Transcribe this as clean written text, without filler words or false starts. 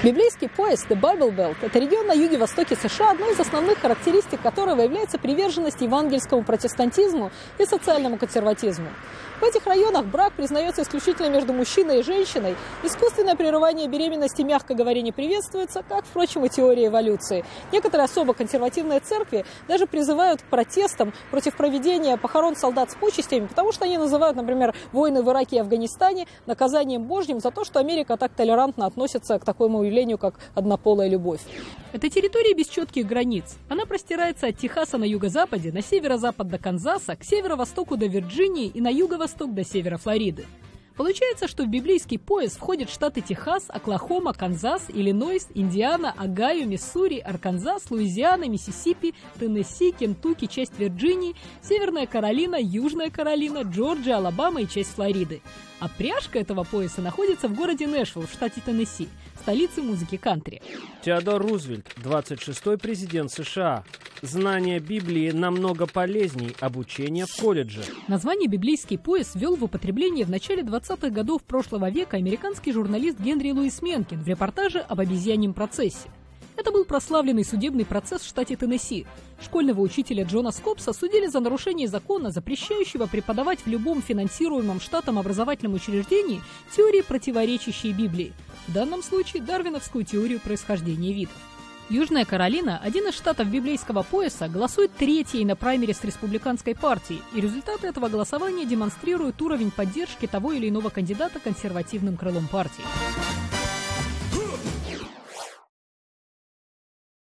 Библейский пояс The Bible Belt – это регион на юге-востоке США, одной из основных характеристик которого является приверженность евангельскому протестантизму и социальному консерватизму. В этих районах брак признается исключительно между мужчиной и женщиной. Искусственное прерывание беременности, мягко говоря, не приветствуется, как, впрочем, и теория эволюции. Некоторые особо консервативные церкви даже призывают к протестам против проведения похорон солдат с почестями, потому что они называют, например, войны в Ираке и Афганистане наказанием Божьим за то, что Америка так толерантно относится к такому явлению, как однополая любовь. Это территория без четких границ. Она простирается от Техаса на юго-западе, на северо-запад до Канзаса, к северо-востоку до Вирджинии и на юго-восток до севера Флориды. Получается, что в библейский пояс входят штаты Техас, Оклахома, Канзас, Иллинойс, Индиана, Огайо, Миссури, Арканзас, Луизиана, Миссисипи, Теннесси, Кентукки, часть Вирджинии, Северная Каролина, Южная Каролина, Джорджия, Алабама и часть Флориды. А пряжка этого пояса находится в городе Нэшвилл в штате Теннесси, столице музыки кантри. Теодор Рузвельт, 26-й президент США. Знание Библии намного полезней обучения в колледже. Название «библейский пояс» ввел в употребление в начале 20-х годов прошлого века американский журналист Генри Луис Менкин в репортаже об обезьяньем процессе. Это был прославленный судебный процесс в штате Теннесси. Школьного учителя Джона Скопса судили за нарушение закона, запрещающего преподавать в любом финансируемом штатом образовательном учреждении теории, противоречащие Библии. В данном случае дарвиновскую теорию происхождения видов. Южная Каролина, один из штатов библейского пояса, голосует третьей на праймерис республиканской партии, и результаты этого голосования демонстрируют уровень поддержки того или иного кандидата консервативным крылом партии.